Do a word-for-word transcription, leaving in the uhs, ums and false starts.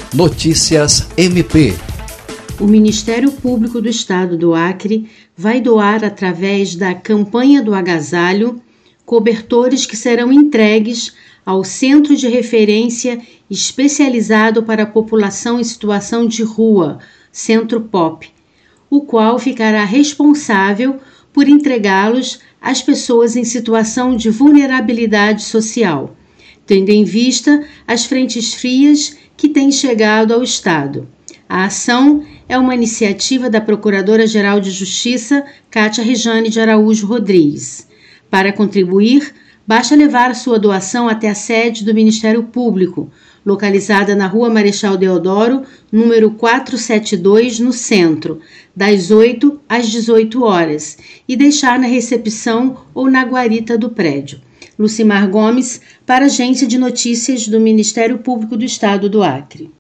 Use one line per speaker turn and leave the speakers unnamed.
Notícias M P.
O Ministério Público do Estado do Acre vai doar, através da campanha do agasalho, cobertores que serão entregues ao Centro de Referência Especializado para a População em Situação de Rua, Centro P O P, o qual ficará responsável por entregá-los às pessoas em situação de vulnerabilidade social, tendo em vista as frentes frias que têm chegado ao Estado. A ação é uma iniciativa da Procuradora-Geral de Justiça, Kátia Rejane de Araújo Rodrigues. Para contribuir, basta levar sua doação até a sede do Ministério Público, localizada na Rua Marechal Deodoro, número quatrocentos e setenta e dois, no centro, das oito às dezoito horas, e deixar na recepção ou na guarita do prédio. Lucimar Gomes, para a Agência de Notícias do Ministério Público do Estado do Acre.